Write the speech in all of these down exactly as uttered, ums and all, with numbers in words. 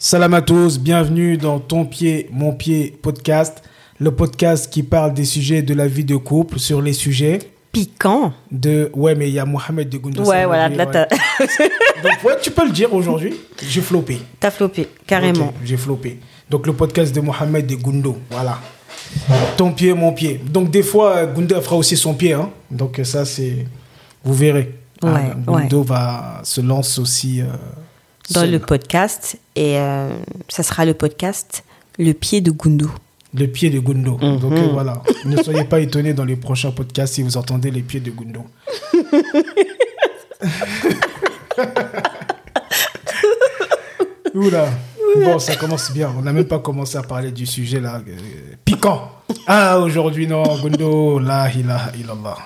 Salam à tous, bienvenue dans Ton Pied, Mon Pied podcast, le podcast qui parle des sujets de la vie de couple sur les sujets piquants. De... Ouais, mais il y a Mohamed de Goundou. Ouais, voilà, là, ouais. t'as... Donc, ouais, tu peux le dire aujourd'hui, j'ai floppé. T'as floppé, carrément. Okay, j'ai floppé. Donc, le podcast de Mohamed de Goundou, voilà. Ton pied, mon pied. Donc, des fois, Goundou fera aussi son pied, hein. Donc, ça, c'est... Vous verrez. Ouais, ah, Goundou ouais. va se lance aussi... Euh, dans seul. le podcast. Et euh, ça sera le podcast Le Pied de Goundou. Le pied de Goundou. Mm-hmm. Donc euh, voilà, ne soyez pas étonnés dans les prochains podcasts si vous entendez les pieds de Goundou. Oula. Bon, ça commence bien. On n'a même pas commencé à parler du sujet là. Euh, piquant. Ah, aujourd'hui, non, Goundou. La ilaha illallah.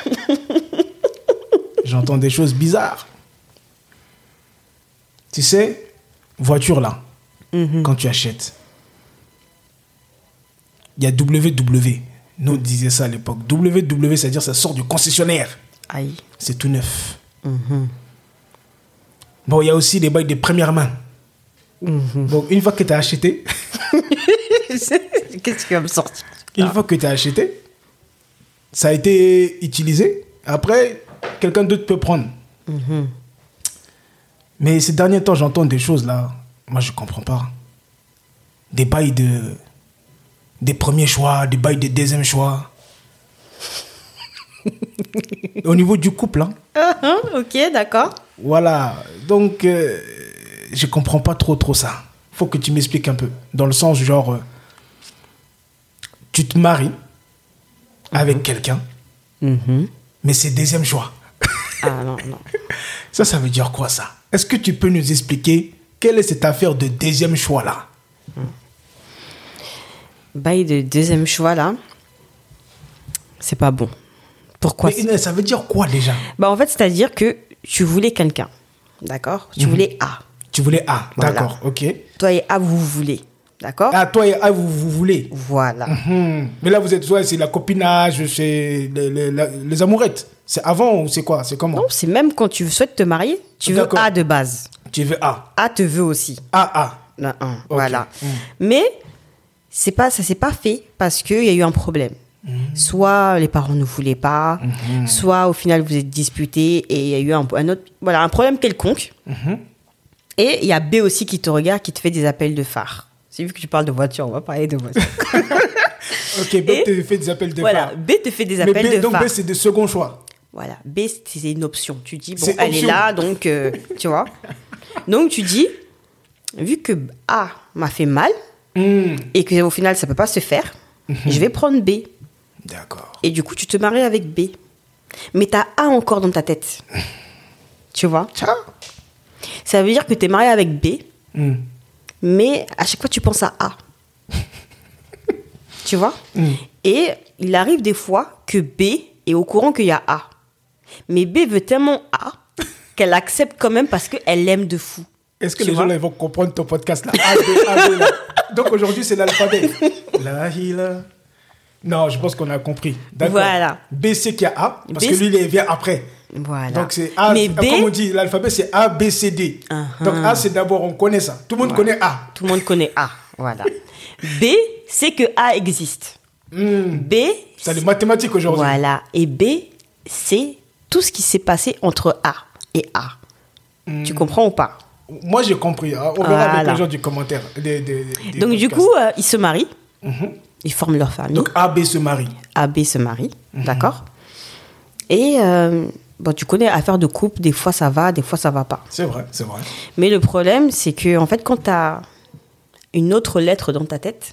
J'entends des choses bizarres. Tu sais, voiture là, mm-hmm. quand tu achètes, il y a W W. Nous, on disait ça à l'époque. W W, c'est-à-dire ça sort du concessionnaire. Aïe. C'est tout neuf. Mm-hmm. Bon, il y a aussi des bails de première main. Mm-hmm. Donc, une fois que tu as acheté... Qu'est-ce que tu vas me sortir? Une fois que tu as acheté, ça a été utilisé. Après, quelqu'un d'autre peut prendre. Mm-hmm. Mais ces derniers temps, j'entends des choses là. Moi, je ne comprends pas. Des bails de... Des premiers choix, des bails de deuxième choix. Au niveau du couple, hein. Uh-huh, ok, d'accord. Voilà. Donc, euh, je ne comprends pas trop, trop ça. Il faut que tu m'expliques un peu. Dans le sens, genre... Euh, tu te maries mm-hmm. avec quelqu'un, mm-hmm. mais c'est deuxième choix. Ah non, non. Ça, ça veut dire quoi, ça? Est-ce que tu peux nous expliquer quelle est cette affaire de deuxième choix-là? Bail de deuxième choix, là, c'est pas bon. Pourquoi? Mais ça veut dire quoi, déjà? Bah, en fait, c'est-à-dire que tu voulais quelqu'un, d'accord? Tu mmh. voulais A. Tu voulais A, voilà. D'accord, ok. Toi et A, vous voulez, d'accord? Ah, toi et A, vous, vous voulez. Voilà. Mmh. Mais là, vous êtes, ouais, c'est la copinage, c'est les, les, les, les amourettes. C'est avant ou c'est quoi? C'est comment? Non, c'est même quand tu souhaites te marier, tu veux d'accord. A de base. Tu veux A. A te veut aussi. A, A. Non, un, okay. Voilà. Mmh. Mais c'est pas, ça s'est pas fait parce qu'il y a eu un problème. Mmh. Soit les parents ne voulaient pas, mmh. soit au final vous êtes disputés et il y a eu un, un autre, voilà, un problème quelconque. Mmh. Et il y a B aussi qui te regarde, qui te fait des appels de phare. C'est vu que tu parles de voiture, on va parler de voiture. Ok, B et, te fait des appels de voilà, phare. B te fait des appels Mais B, de donc phare. Donc B, c'est de second choix. Voilà, B, c'est une option. Tu dis, bon, c'est elle option. est là, donc, euh, tu vois. Donc, tu dis, vu que A m'a fait mal, mm. et qu'au final, ça ne peut pas se faire, mm-hmm. je vais prendre B. D'accord. Et du coup, tu te maries avec B. Mais tu as A encore dans ta tête. Tu vois? Ça, ça veut dire que tu es marié avec B, mm. mais à chaque fois, tu penses à A. Tu vois? Mm. Et il arrive des fois que B est au courant qu'il y a A. Mais B veut tellement A qu'elle accepte quand même parce qu'elle l'aime de fou. Est-ce que tu les vois? gens là, ils vont comprendre ton podcast là? A, B, A, B, là. Donc aujourd'hui, c'est l'alphabet. La, la. Non, je pense qu'on a compris. D'accord. Voilà. B, c'est qu'il y a A, parce B, que lui, il vient après. Voilà. Donc c'est A, mais B... comme on dit, l'alphabet, c'est A, B, C, D. Uh-huh. Donc A, c'est d'abord, on connaît ça. Tout le monde voilà. connaît A. Tout le monde connaît A. Voilà. B, c'est que A existe. Mm. B... C'est des mathématiques aujourd'hui. Voilà. Et B, c'est tout ce qui s'est passé entre A et A. Mm. Tu comprends ou pas? Moi, j'ai compris. On verra voilà. avec les gens du commentaire. Des, des, des Donc, podcasts. Du coup, euh, ils se marient. Mm-hmm. Ils forment leur famille. Donc, A, B se marie. A, B se marie. Mm-hmm. D'accord. Et euh, bon, tu connais l'affaire de couple. Des fois, ça va. Des fois, ça va pas. C'est vrai, c'est vrai. Mais le problème, c'est que, en fait, quand tu as une autre lettre dans ta tête...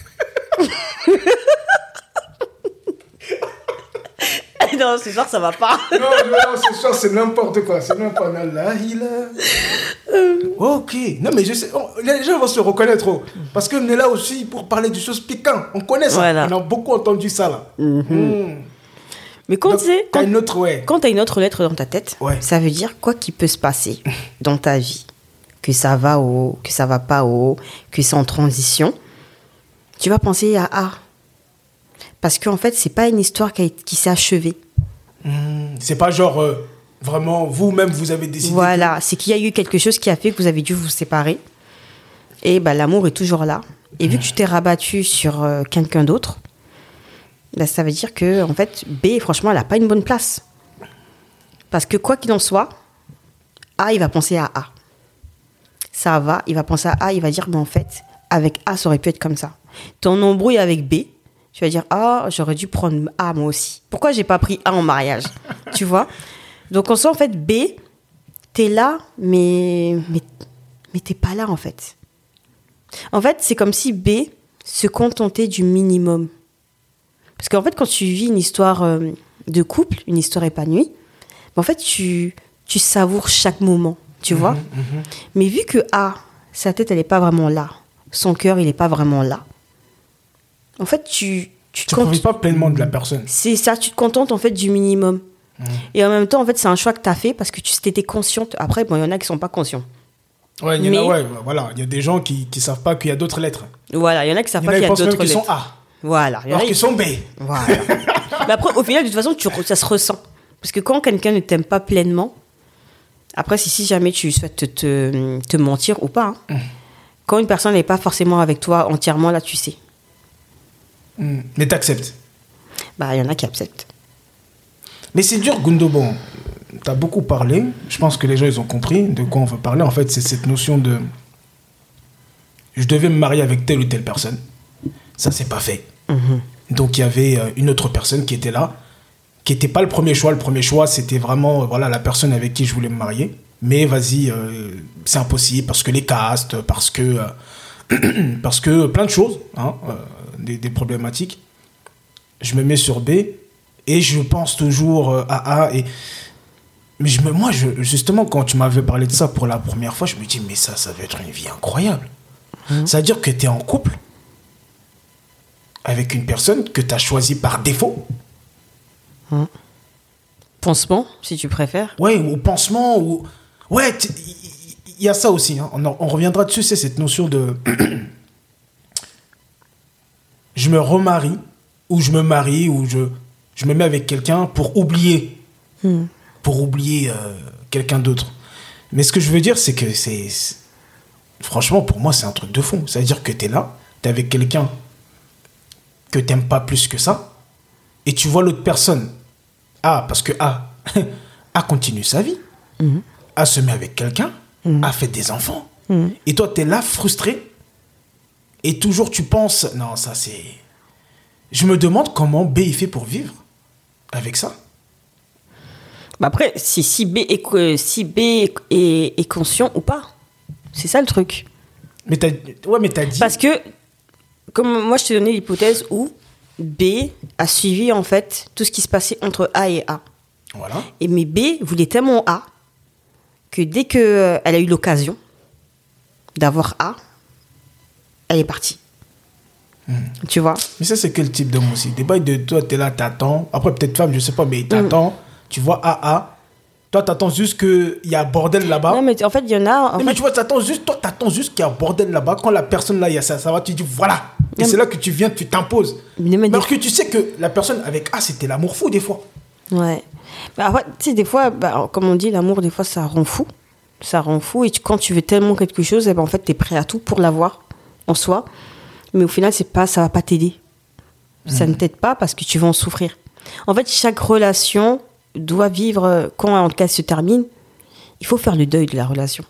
Non, ce soir, ça va pas. Non, non, ce soir, c'est n'importe quoi. C'est n'importe quoi. Là, il a... Ok. Non, mais je sais... Oh, les gens vont se reconnaître. Oh, parce qu'on est là aussi pour parler des choses piquantes. On connaît ça. Voilà. On a beaucoup entendu ça, là. Mm-hmm. Mm. Mais quand tu sais... Quand tu as une autre, ouais. Quand tu as une autre lettre dans ta tête, ouais. ça veut dire quoi qu'il peut se passer dans ta vie. Que ça va au... Que ça va pas au... Que c'est en transition. Tu vas penser à A. Parce qu'en fait, c'est pas une histoire qui, a, qui s'est achevée. Mmh, c'est pas genre, euh, vraiment, vous-même, vous avez décidé... Voilà, que... c'est qu'il y a eu quelque chose qui a fait que vous avez dû vous séparer. Et bah, l'amour est toujours là. Et vu que tu t'es rabattu sur euh, quelqu'un d'autre, bah, ça veut dire que en fait, B, franchement, elle n'a pas une bonne place. Parce que quoi qu'il en soit, A, il va penser à A. Ça va, il va penser à A, il va dire, mais en fait, avec A, ça aurait pu être comme ça. Ton embrouille avec B, tu vas dire, ah, j'aurais dû prendre A moi aussi. Pourquoi j'ai pas pris A en mariage? Tu vois? Donc on sent en fait B, t'es là, mais, mais, mais t'es pas là en fait. En fait, c'est comme si B se contentait du minimum. Parce qu'en fait, quand tu vis une histoire euh, de couple, une histoire épanouie, en fait, tu, tu savoures chaque moment, tu vois. Mmh, mmh. Mais vu que A, sa tête, elle n'est pas vraiment là, son cœur, il n'est pas vraiment là, en fait, tu... Tu ne profites pas pleinement de la personne. C'est ça, tu te contentes en fait du minimum. Mmh. Et en même temps, en fait, c'est un choix que tu as fait parce que tu étais consciente. Après, bon, il y en a qui ne sont pas conscients. Ouais, il y Mais... en a, ouais, voilà. Il y a des gens qui ne savent pas qu'il y a d'autres lettres. Voilà, il y en a qui ne savent pas qu'il y a d'autres lettres. Il y en a qui pensent même qu'ils sont A. Voilà. Alors qu'ils sont B. Voilà. Mais après, au final, de toute façon, tu, ça se ressent. Parce que quand quelqu'un ne t'aime pas pleinement, après, si, si jamais tu souhaites te, te, te mentir ou pas, hein, mmh. quand une personne n'est pas forcément avec toi entièrement, là, tu sais. Mmh. Mais t'acceptes. Bah, il y en a qui acceptent. Mais c'est dur, Gundo. Bon, t'as beaucoup parlé. Je pense que les gens, ils ont compris de quoi on veut parler. En fait, c'est cette notion de... Je devais me marier avec telle ou telle personne. Ça, c'est pas fait. Mmh. Donc, il y avait une autre personne qui était là, qui n'était pas le premier choix. Le premier choix, c'était vraiment voilà, la personne avec qui je voulais me marier. Mais vas-y, euh, c'est impossible parce que les castes, parce que... Euh, parce que plein de choses, hein, euh, des, des problématiques. Je me mets sur B et je pense toujours à A. Et... Mais je me, moi, je, justement, quand tu m'avais parlé de ça pour la première fois, je me dis, mais ça, ça va être une vie incroyable. Mmh. C'est-à-dire que tu es en couple avec une personne que tu as choisie par défaut. Mmh. Pansement, si tu préfères. Ouais, ou pansement. Ou... Ouais, il y a ça aussi. Hein. On, on reviendra dessus, c'est cette notion de... je me remarie, ou je me marie, ou je, je me mets avec quelqu'un pour oublier. Mm. Pour oublier euh, quelqu'un d'autre. Mais ce que je veux dire, c'est que c'est... c'est... Franchement, pour moi, c'est un truc de fond. C'est-à-dire que t'es là, t'es avec quelqu'un que t'aimes pas plus que ça, et tu vois l'autre personne. Ah, parce que A, A continue sa vie. Mm. A se met avec quelqu'un, mm. A fait des enfants. Mm. Et toi, t'es là, frustré. Et toujours, tu penses... Non, ça, c'est... Je me demande comment B il fait pour vivre avec ça. Bah après, si, si B, est, si B est, est conscient ou pas. C'est ça le truc. Mais t'as, ouais, mais t'as dit... Parce que, comme moi, je t'ai donné l'hypothèse où B a suivi, en fait, tout ce qui se passait entre A et A. Voilà. Et mais B voulait tellement A que dès qu'elle a eu l'occasion d'avoir A, elle est partie. Mmh. Tu vois. Mais ça, c'est quel type d'homme aussi? Des bails de toi, t'es là, t'attends. Après, peut-être femme, je sais pas, mais t'attends. Mmh. Tu vois A A. Toi, t'attends juste qu'il y a bordel là-bas. Non, mais en fait, il y en a. Non, fait... mais tu vois, t'attends juste, toi, t'attends juste qu'il y a bordel là-bas. Quand la personne là, il y a ça, ça va, tu dis voilà. Et non, c'est mais... là que tu viens, tu t'imposes. Mais mais parce des... que tu sais que la personne avec A, c'était l'amour fou, des fois. Ouais. Bah, après, tu sais, des fois, bah, comme on dit, l'amour, des fois, ça rend fou. Ça rend fou. Et tu, quand tu veux tellement quelque chose, eh ben, en fait, t'es prêt à tout pour l'avoir en soi. Mais au final, c'est pas, ça va pas t'aider. Ça mmh. ne t'aide pas parce que tu vas en souffrir. En fait, chaque relation doit vivre, quand en tout cas se termine, il faut faire le deuil de la relation.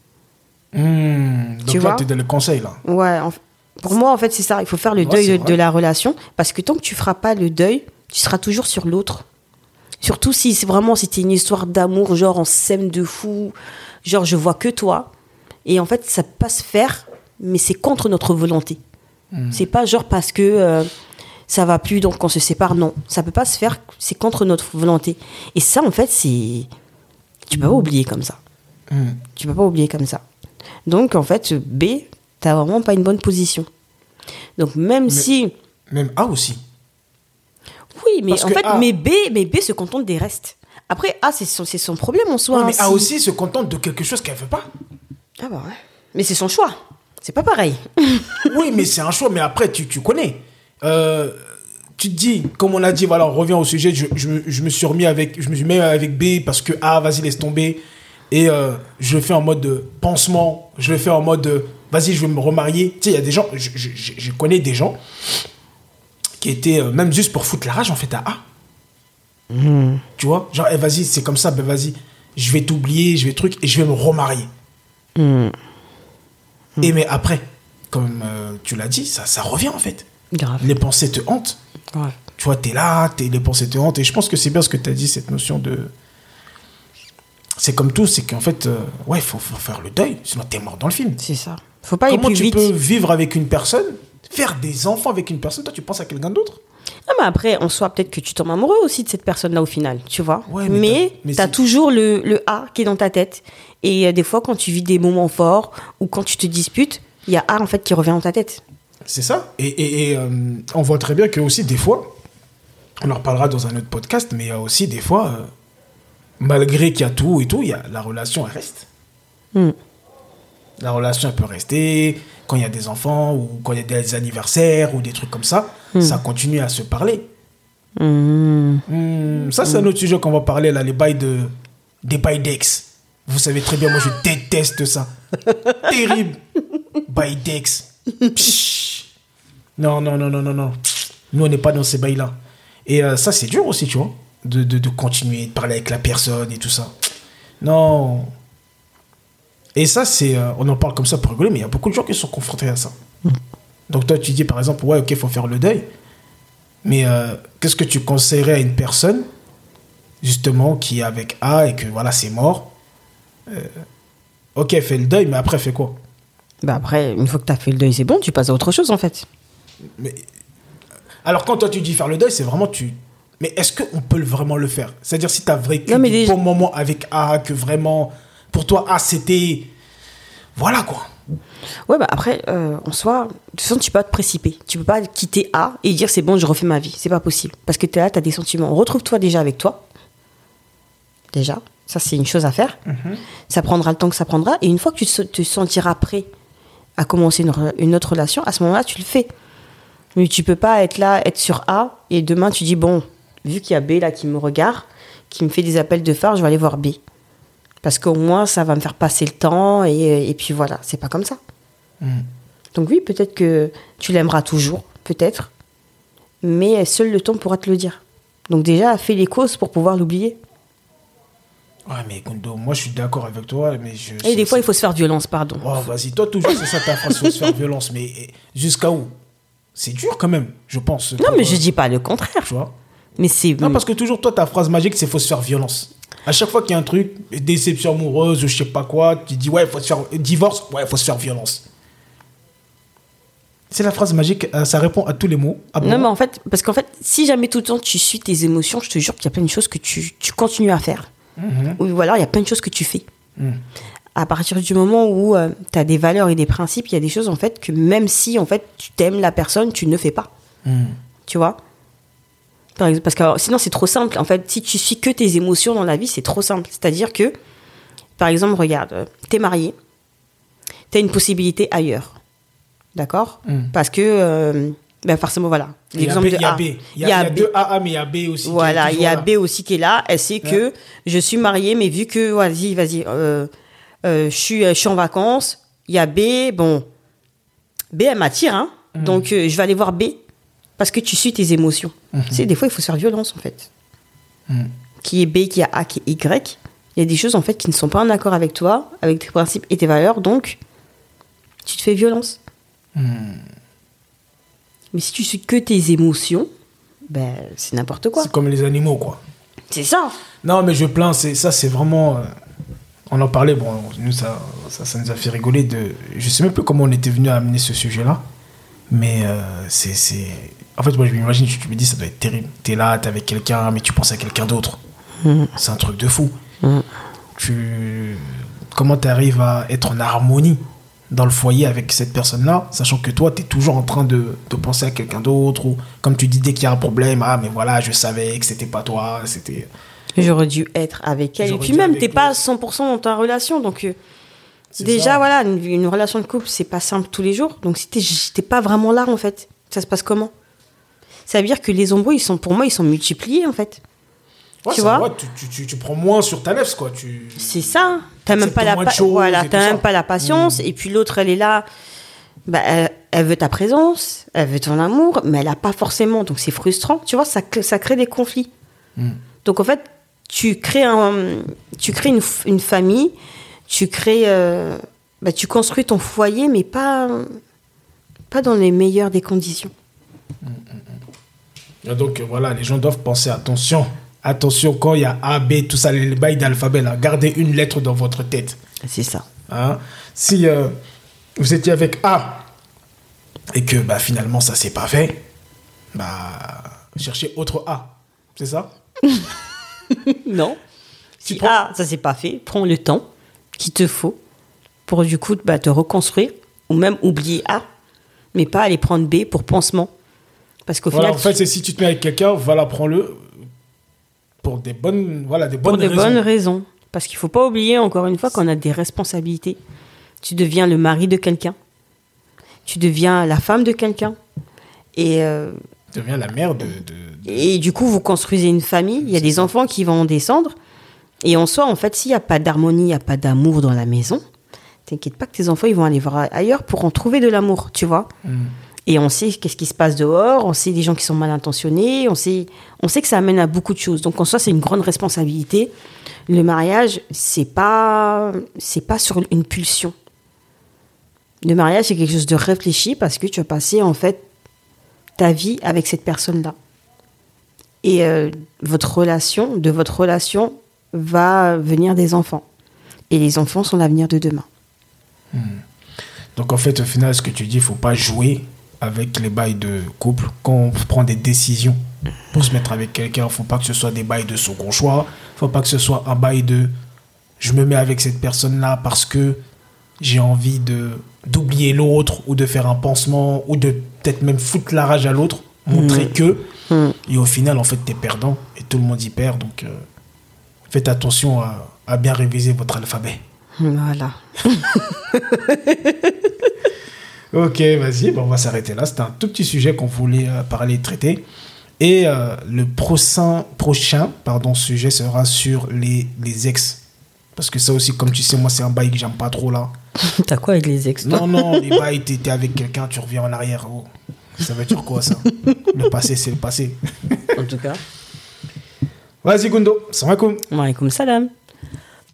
Mmh. Donc tu là, vois, tu donnes le conseil, là. Ouais. En, pour moi, en fait, c'est ça. Il faut faire le ouais, deuil de, de la relation parce que tant que tu feras pas le deuil, tu seras toujours sur l'autre. Surtout si c'est vraiment c'était une histoire d'amour, genre on s'aime de fou, genre je vois que toi. Et en fait, ça peut pas se faire, mais c'est contre notre volonté. Mmh. C'est pas genre parce que euh, ça va plus, donc on se sépare. Non, ça peut pas se faire, c'est contre notre volonté. Et ça, en fait, c'est... Tu peux pas oublier comme ça. Mmh. Tu peux pas oublier comme ça. Donc, en fait, B, t'as vraiment pas une bonne position. Donc, même mais, si... Même A aussi. Oui, mais parce en fait, A... mais, B, mais B se contente des restes. Après, A, c'est son, c'est son problème en soi. Ouais, mais hein, A si... aussi se contente de quelque chose qu'elle veut pas. Ah bah ouais. Mais c'est son choix. C'est pas pareil. Oui, mais c'est un choix. Mais après, tu, tu connais. Euh, tu te dis, comme on a dit, voilà, on revient au sujet. Je, je, je me suis remis avec, je me suis mis avec B parce que A, vas-y, laisse tomber. Et euh, je le fais en mode de pansement. Je le fais en mode de, vas-y, je vais me remarier. Tu sais, il y a des gens, je, je, je, je connais des gens qui étaient, euh, même juste pour foutre la rage, en fait, à A. Mmh. Tu vois, genre, hey, vas-y, c'est comme ça, ben vas-y, je vais t'oublier, je vais truc, et je vais me remarier. Mmh. Et mais après, comme euh, tu l'as dit, ça, ça revient en fait. Grave. Les pensées te hantent. Ouais. Tu vois, t'es là, t'es, les pensées te hantent, et je pense que c'est bien ce que t'as dit, cette notion de... C'est comme tout, c'est qu'en fait, euh, ouais, il faut, faut faire le deuil, sinon t'es mort dans le film. C'est ça. Faut pas aller Comment plus tu vite. peux vivre avec une personne, faire des enfants avec une personne, toi tu penses à quelqu'un d'autre? Non, mais après, en soi, peut-être que tu tombes amoureux aussi de cette personne-là au final, tu vois. Ouais, mais mais t'as, mais t'as c'est... toujours le, le A qui est dans ta tête. Et euh, des fois, quand tu vis des moments forts ou quand tu te disputes, il y a A en fait qui revient dans ta tête. C'est ça. Et, et, et euh, on voit très bien que aussi des fois, on en reparlera dans un autre podcast, mais il y a aussi des fois, euh, malgré qu'il y a tout et tout, il y a, la relation elle reste. Mm. La relation elle peut rester quand il y a des enfants ou quand il y a des anniversaires ou des trucs comme ça, mm. ça continue à se parler. Mm. Mm, ça c'est mm. un autre sujet qu'on va parler là, les bails de, des bails d'ex. Vous savez très bien, moi je déteste ça. Terrible. Bail d'ex. Psh. Non, non, non, non, non, non. Nous, on n'est pas dans ces bails-là. Et euh, ça, c'est dur aussi, tu vois, de, de, de continuer, de parler avec la personne et tout ça. Non. Et ça, c'est... Euh, on en parle comme ça pour rigoler, mais il y a beaucoup de gens qui sont confrontés à ça. Mm. Donc toi, tu dis, par exemple, ouais, ok, il faut faire le deuil. Mais euh, qu'est-ce que tu conseillerais à une personne, justement, qui est avec A et que, voilà, c'est mort. Euh, ok, fais le deuil, mais après, fais quoi? Bah après, une fois que tu as fait le deuil, c'est bon, tu passes à autre chose, en fait. Mais... Alors, quand toi, tu dis faire le deuil, c'est vraiment... tu. Mais est-ce qu'on peut vraiment le faire? C'est-à-dire, si tu as vécu un des... bon moment avec A, que vraiment, pour toi, A, c'était... Voilà, quoi. Ouais, bah après, euh, en soi, de toute façon, tu peux pas te précipiter. Tu peux pas quitter A et dire, c'est bon, je refais ma vie. C'est pas possible. Parce que tu es là, tu as des sentiments. Retrouve-toi déjà avec toi. Déjà. Ça, c'est une chose à faire. Mm-hmm. Ça prendra le temps que ça prendra. Et une fois que tu te, te sentiras prêt à commencer une, une autre relation, à ce moment-là, tu le fais. Mais tu peux pas être là, être sur A, et demain, tu dis, bon, vu qu'il y a B là qui me regarde, qui me fait des appels de phare, je vais aller voir B. Parce qu'au moins, ça va me faire passer le temps, et, et puis voilà, c'est pas comme ça. Mm. Donc oui, peut-être que tu l'aimeras toujours, peut-être, mais seul le temps pourra te le dire. Donc déjà, fais les causes pour pouvoir l'oublier. Ouais, mais Gundo, moi je suis d'accord avec toi, mais je... Et des fois, il faut se faire violence, pardon. Oh, vas-y, toi toujours, c'est ça ta phrase, il faut se faire violence, mais jusqu'à où? C'est dur quand même, je pense. Non, mais euh... je dis pas le contraire. Tu vois? Mais c'est... Non, parce que toujours, toi, ta phrase magique, c'est faut se faire violence. À chaque fois qu'il y a un truc, déception amoureuse ou je sais pas quoi, tu dis, ouais, il faut se faire... Divorce, ouais, il faut se faire violence. C'est la phrase magique, ça répond à tous les mots. Ah bon? Non, mais en fait, parce qu'en fait, si jamais tout le temps tu suis tes émotions, je te jure qu'il y a plein de choses que tu, tu continues à faire. Mmh. Ou alors, il y a plein de choses que tu fais. Mmh. À partir du moment où euh, tu as des valeurs et des principes, il y a des choses, en fait, que même si, en fait, tu t'aimes la personne, tu ne fais pas. Mmh. Tu vois? Par exemple, parce que alors, sinon, c'est trop simple. En fait, si tu suis que tes émotions dans la vie, c'est trop simple. C'est-à-dire que, par exemple, regarde, t'es marié, t'as une possibilité ailleurs. D'accord? Mmh. Parce que... Euh, ben forcément, voilà. L'exemple de A. Il y a B. Il y a, il y a deux A, mais il y a B aussi. Voilà, il y a B aussi qui est là. Elle sait ouais. que je suis mariée, mais vu que, vas-y, vas-y, euh, euh, je, suis, je suis en vacances, il y a B, bon, B, elle m'attire, hein. Mmh. Donc, euh, je vais aller voir B, parce que tu suis tes émotions. Mmh. Tu sais, des fois, il faut se faire violence, en fait. Mmh. Qui est B, qui est A, qui est Y. Il y a des choses, en fait, qui ne sont pas en accord avec toi, avec tes principes et tes valeurs, donc, tu te fais violence. Mmh. Mais si tu suis que tes émotions, ben, c'est n'importe quoi. C'est comme les animaux, quoi. C'est ça. Non, mais je plains, c'est, ça, c'est vraiment... Euh, on en parlait, bon, nous, ça, ça, ça nous a fait rigoler de... Je sais même plus comment on était venu à amener ce sujet-là, mais euh, c'est, c'est... En fait, moi, je m'imagine, tu me dis, ça doit être terrible. T'es là, t'es avec quelqu'un, mais tu penses à quelqu'un d'autre. Mmh. C'est un truc de fou. Mmh. Tu... Comment t'arrives à être en harmonie dans le foyer avec cette personne-là, sachant que toi, tu es toujours en train de, de penser à quelqu'un d'autre, ou comme tu dis, dès qu'il y a un problème, ah, mais voilà, je savais que c'était pas toi, c'était... J'aurais dû être avec elle. J'aurais et puis même, t'es pas à cent pour cent dans ta relation, donc euh, déjà, ça. Voilà, une, une relation de couple, c'est pas simple tous les jours, donc si t'es, t'es pas vraiment là, en fait, ça se passe comment? Ça veut dire que les embrouilles, ils sont, pour moi, ils sont multipliés, en fait. Ouais, tu ça, vois ouais, tu, tu, tu, tu prends moins sur ta lèvre, quoi. Tu... C'est ça. T'as même pas la, moins de pa- choses voilà, et t'as tout même ça. pas la patience. Mmh. Et puis l'autre, elle est là. Bah, elle, elle veut ta présence, elle veut ton amour, mais elle a pas forcément. Donc c'est frustrant. Tu vois, ça, ça crée des conflits. Mmh. Donc en fait, tu crées, un, tu crées une, une famille, tu crées, euh, bah, tu construis ton foyer, mais pas, pas dans les meilleures des conditions. Et donc voilà, les gens doivent penser attention. Attention, quand il y a A, B, tout ça, les bails d'alphabet, là, gardez une lettre dans votre tête. C'est ça. Hein? Si euh, vous étiez avec A et que bah, finalement ça s'est pas fait, bah, cherchez autre A. C'est ça? Non. Tu Si prends- A, ça s'est pas fait, prends le temps qu'il te faut pour du coup bah, te reconstruire ou même oublier A, mais pas aller prendre B pour pansement. Parce qu'au Voilà, final, en fait, c'est si tu te mets avec quelqu'un, voilà, prends-le pour des bonnes, voilà, des bonnes pour de raisons. bonnes raisons. Parce qu'il ne faut pas oublier, encore une fois, qu'on a des responsabilités. Tu deviens le mari de quelqu'un. Tu deviens la femme de quelqu'un. Et, euh, Tu deviens la mère de... de, de- et du coup, vous construisez une famille. Il y a des enfants qui vont en descendre. Et en soi, en fait, s'il n'y a pas d'harmonie, il n'y a pas d'amour dans la maison, t'inquiète pas que tes enfants, ils vont aller voir ailleurs pour en trouver de l'amour, tu vois. Mm. Et on sait qu'est-ce qui se passe dehors, on sait des gens qui sont mal intentionnés, on sait, on sait que ça amène à beaucoup de choses. Donc en soi, c'est une grande responsabilité. Le mariage, c'est pas, c'est pas sur une pulsion. Le mariage, c'est quelque chose de réfléchi parce que tu as passé en fait ta vie avec cette personne-là. Et euh, votre relation, de votre relation, va venir des enfants. Et les enfants sont l'avenir de demain. Donc en fait, au final, ce que tu dis, il ne faut pas jouer avec les bails de couple. Quand on prend des décisions pour se mettre avec quelqu'un, il ne faut pas que ce soit des bails de second choix. Il ne faut pas que ce soit un bail de je me mets avec cette personne-là parce que j'ai envie de d'oublier l'autre ou de faire un pansement ou de peut-être même foutre la rage à l'autre, montrer Mmh. que. Mmh. Et au final, en fait, tu es perdant et tout le monde y perd. Donc euh, faites attention à, à bien réviser votre alphabet. Voilà. Ok, vas-y, bon, on va s'arrêter là. C'était un tout petit sujet qu'on voulait euh, parler, traiter. Et euh, le prochain, prochain pardon, sujet sera sur les, les ex. Parce que ça aussi, comme tu sais, moi, c'est un bail que j'aime pas trop là. T'as quoi avec les ex, toi? Non, non, les bails, t'es t'es avec quelqu'un, tu reviens en arrière. Oh. Ça veut dire quoi, ça? Le passé, c'est le passé. En tout cas. Vas-y, Gundo. Salam alaikum. Wa alaikum salam.